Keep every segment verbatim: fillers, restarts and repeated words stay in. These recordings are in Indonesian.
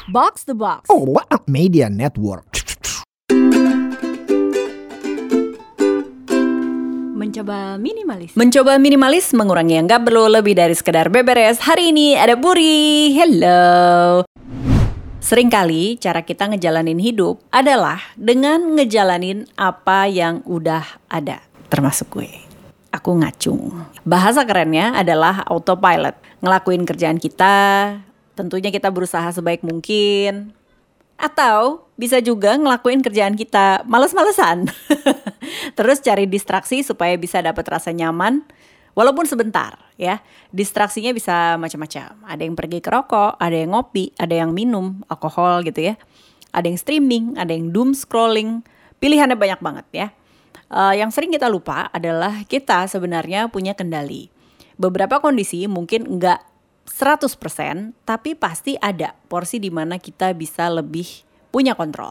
Box the Box. Oh, Media Network. Mencoba minimalis. Mencoba minimalis, mengurangi yang gak perlu lebih dari sekedar beberes. Hari ini ada Puri. Hello. Seringkali cara kita ngejalanin hidup adalah dengan ngejalanin apa yang udah ada. Termasuk gue. Aku ngacung. Bahasa kerennya adalah autopilot. Ngelakuin kerjaan kita, tentunya kita berusaha sebaik mungkin. Atau bisa juga ngelakuin kerjaan kita males-malesan. Terus cari distraksi supaya bisa dapat rasa nyaman walaupun sebentar ya. Distraksinya bisa macam-macam. Ada yang pergi ke rokok, ada yang ngopi, ada yang minum alkohol gitu ya. Ada yang streaming, ada yang doom scrolling. Pilihannya banyak banget ya. Uh, yang sering kita lupa adalah kita sebenarnya punya kendali. Beberapa kondisi mungkin enggak seratus persen, tapi pasti ada porsi di mana kita bisa lebih punya kontrol.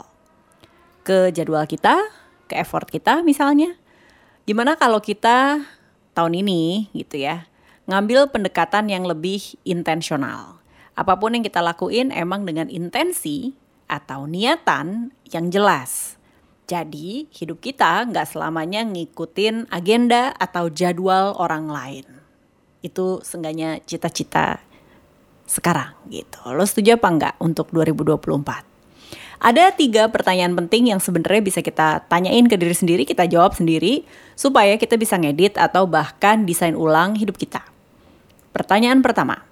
Ke jadwal kita, ke effort kita misalnya. Gimana kalau kita tahun ini gitu ya, ngambil pendekatan yang lebih intensional. Apapun yang kita lakuin emang dengan intensi atau niatan yang jelas. Jadi hidup kita nggak selamanya ngikutin agenda atau jadwal orang lain. Itu seenggaknya cita-cita sekarang gitu. Lo setuju apa enggak untuk dua ribu dua puluh empat? Ada tiga pertanyaan penting yang sebenarnya bisa kita tanyain ke diri sendiri, kita jawab sendiri supaya kita bisa ngedit atau bahkan desain ulang hidup kita. Pertanyaan pertama,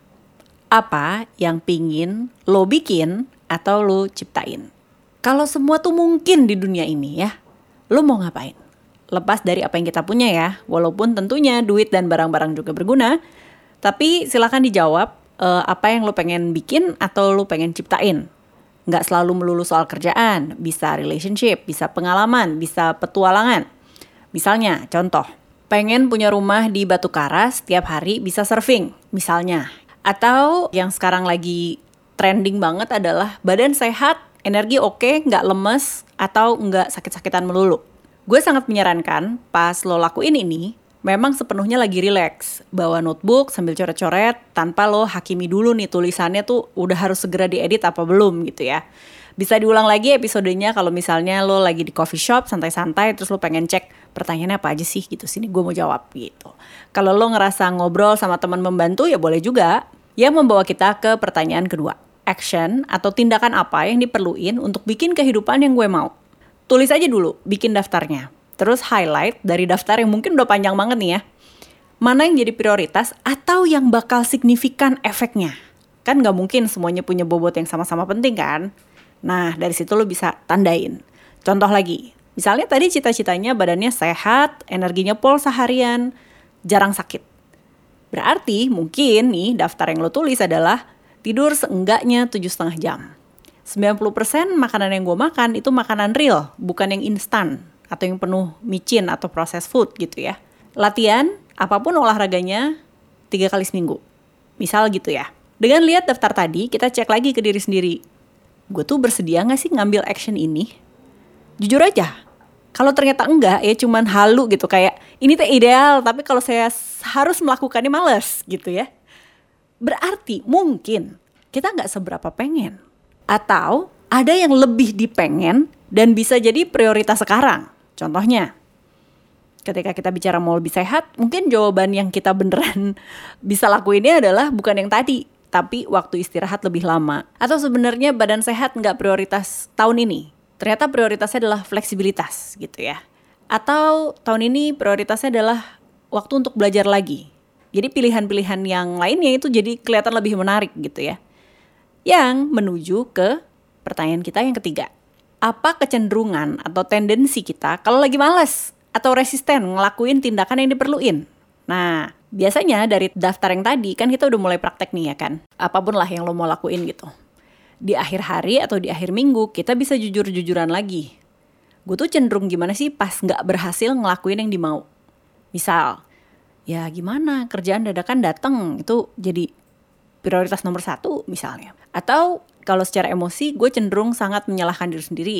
apa yang pingin lo bikin atau lo ciptain? Kalau semua tuh mungkin di dunia ini ya, lo mau ngapain? Lepas dari apa yang kita punya ya, walaupun tentunya duit dan barang-barang juga berguna, tapi silakan dijawab. Uh, apa yang lo pengen bikin atau lo pengen ciptain. Nggak selalu melulu soal kerjaan, bisa relationship, bisa pengalaman, bisa petualangan. Misalnya, contoh, pengen punya rumah di Batu Karas, setiap hari bisa surfing, misalnya. Atau yang sekarang lagi trending banget adalah badan sehat, energi oke, nggak lemes, atau nggak sakit-sakitan melulu. Gue sangat menyarankan pas lo lakuin ini, memang sepenuhnya lagi relax, bawa notebook sambil coret-coret tanpa lo hakimi dulu nih tulisannya tuh udah harus segera diedit apa belum gitu ya. Bisa diulang lagi episodenya kalau misalnya lo lagi di coffee shop santai-santai terus lo pengen cek pertanyaannya apa aja sih gitu, sini gue mau jawab gitu. Kalau lo ngerasa ngobrol sama teman membantu ya boleh juga. Yang membawa kita ke pertanyaan kedua, action atau tindakan apa yang diperluin untuk bikin kehidupan yang gue mau. Tulis aja dulu, bikin daftarnya. Terus highlight dari daftar yang mungkin udah panjang banget nih ya. Mana yang jadi prioritas atau yang bakal signifikan efeknya. Kan gak mungkin semuanya punya bobot yang sama-sama penting kan. Nah dari situ lo bisa tandain. Contoh lagi, misalnya tadi cita-citanya badannya sehat, energinya pol seharian, jarang sakit. Berarti mungkin nih daftar yang lo tulis adalah tidur seenggaknya tujuh setengah jam. sembilan puluh persen makanan yang gue makan itu makanan real, bukan yang instan. Atau yang penuh micin atau processed food gitu ya. Latihan, apapun olahraganya, tiga kali seminggu. Misal gitu ya. Dengan lihat daftar tadi, kita cek lagi ke diri sendiri. Gue tuh bersedia gak sih ngambil action ini? Jujur aja, kalau ternyata enggak ya cuman halu gitu. Kayak ini teh ideal, tapi kalau saya harus melakukannya males gitu ya. Berarti mungkin kita gak seberapa pengen. Atau ada yang lebih dipengen dan bisa jadi prioritas sekarang. Contohnya, ketika kita bicara mau lebih sehat, mungkin jawaban yang kita beneran bisa lakuinnya adalah bukan yang tadi, tapi waktu istirahat lebih lama. Atau sebenarnya badan sehat nggak prioritas tahun ini. Ternyata prioritasnya adalah fleksibilitas gitu ya. Atau tahun ini prioritasnya adalah waktu untuk belajar lagi. Jadi pilihan-pilihan yang lainnya itu jadi kelihatan lebih menarik gitu ya. Yang menuju ke pertanyaan kita yang ketiga. Apa kecenderungan atau tendensi kita kalau lagi malas atau resisten ngelakuin tindakan yang diperluin? Nah, biasanya dari daftar yang tadi kan kita udah mulai praktek nih ya kan. Apapun lah yang lo mau lakuin gitu. Di akhir hari atau di akhir minggu kita bisa jujur-jujuran lagi. Gue tuh cenderung gimana sih pas gak berhasil ngelakuin yang dimau. Misal, ya gimana kerjaan dadakan dateng itu jadi prioritas nomor satu misalnya. Atau kalau secara emosi gue cenderung sangat menyalahkan diri sendiri.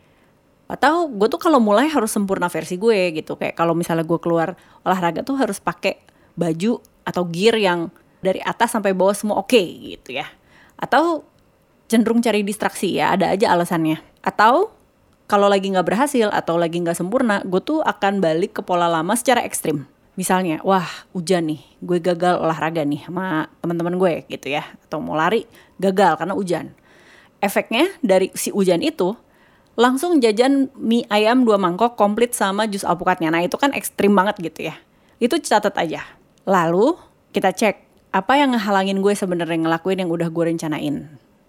Atau gue tuh kalau mulai harus sempurna versi gue gitu. Kayak kalau misalnya gue keluar olahraga tuh harus pakai baju atau gear yang dari atas sampai bawah semua oke okay, gitu ya. Atau cenderung cari distraksi ya, ada aja alasannya. Atau kalau lagi nggak berhasil atau lagi nggak sempurna, gue tuh akan balik ke pola lama secara ekstrim. Misalnya, wah hujan nih, gue gagal olahraga nih sama teman-teman gue gitu ya. Atau mau lari, gagal karena hujan. Efeknya dari si hujan itu, langsung jajan mie ayam dua mangkok komplit sama jus alpukatnya. Nah itu kan ekstrim banget gitu ya. Itu catat aja. Lalu kita cek, apa yang ngehalangin gue sebenarnya ngelakuin yang udah gue rencanain.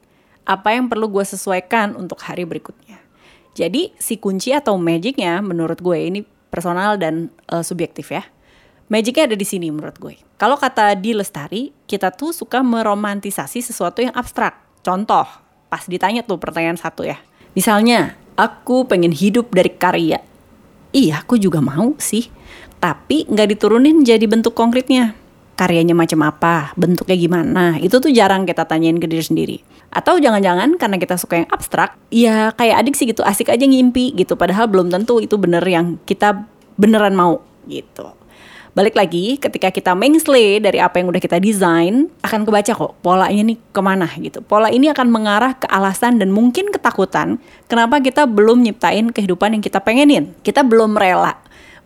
Apa yang perlu gue sesuaikan untuk hari berikutnya. Jadi si kunci atau magicnya menurut gue ini personal dan uh, subjektif ya. Magicnya ada di sini menurut gue. Kalau kata Di Lestari, kita tuh suka meromantisasi sesuatu yang abstrak. Contoh, pas ditanya tuh pertanyaan satu ya. Misalnya, aku pengen hidup dari karya. Iya, aku juga mau sih. Tapi nggak diturunin jadi bentuk konkretnya. Karyanya macam apa, bentuknya gimana, itu tuh jarang kita tanyain ke diri sendiri. Atau jangan-jangan karena kita suka yang abstrak, ya kayak adik sih gitu, asik aja ngimpi gitu. Padahal belum tentu itu bener yang kita beneran mau gitu. Balik lagi, ketika kita mengsle dari apa yang udah kita desain, akan kebaca kok polanya nih kemana gitu. Pola ini akan mengarah ke alasan dan mungkin ketakutan kenapa kita belum nyiptain kehidupan yang kita pengenin. Kita belum rela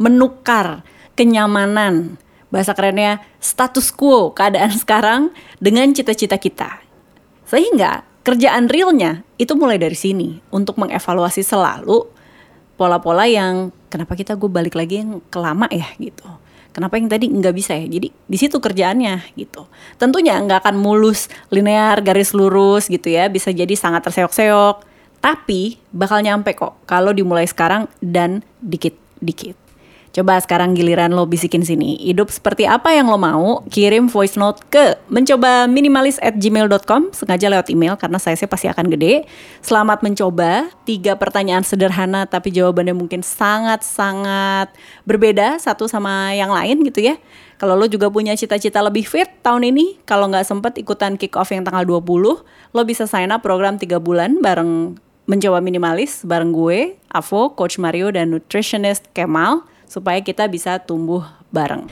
menukar kenyamanan, bahasa kerennya status quo keadaan sekarang dengan cita-cita kita. Sehingga kerjaan realnya itu mulai dari sini untuk mengevaluasi selalu pola-pola yang kenapa kita gue balik lagi yang kelama ya gitu. Kenapa yang tadi nggak bisa ya? Jadi di situ kerjaannya gitu. Tentunya nggak akan mulus, linear, garis lurus gitu ya. Bisa jadi sangat terseok-seok. Tapi bakal nyampe kok kalau dimulai sekarang dan dikit-dikit. Coba sekarang giliran lo bisikin sini. Hidup seperti apa yang lo mau? Kirim voice note ke mencoba minimalis at gmail dot com. Sengaja lewat email karena size-nya pasti akan gede. Selamat mencoba. Tiga pertanyaan sederhana tapi jawabannya mungkin sangat-sangat berbeda satu sama yang lain gitu ya. Kalau lo juga punya cita-cita lebih fit tahun ini, kalau nggak sempet ikutan kick off yang tanggal dua puluh, lo bisa sign up program tiga bulan bareng Mencoba Minimalis bareng gue, Avo, Coach Mario, dan nutritionist Kemal, supaya kita bisa tumbuh bareng.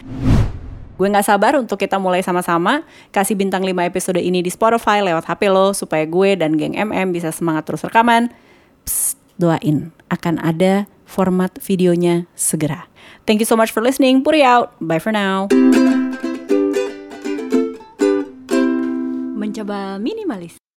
Gue gak sabar untuk kita mulai sama-sama. Kasih bintang lima episode ini di Spotify lewat H P lo, supaya gue dan geng M M bisa semangat terus rekaman. Psst, doain akan ada format videonya segera. Thank you so much for listening. Puri out. Bye for now. Mencoba minimalis.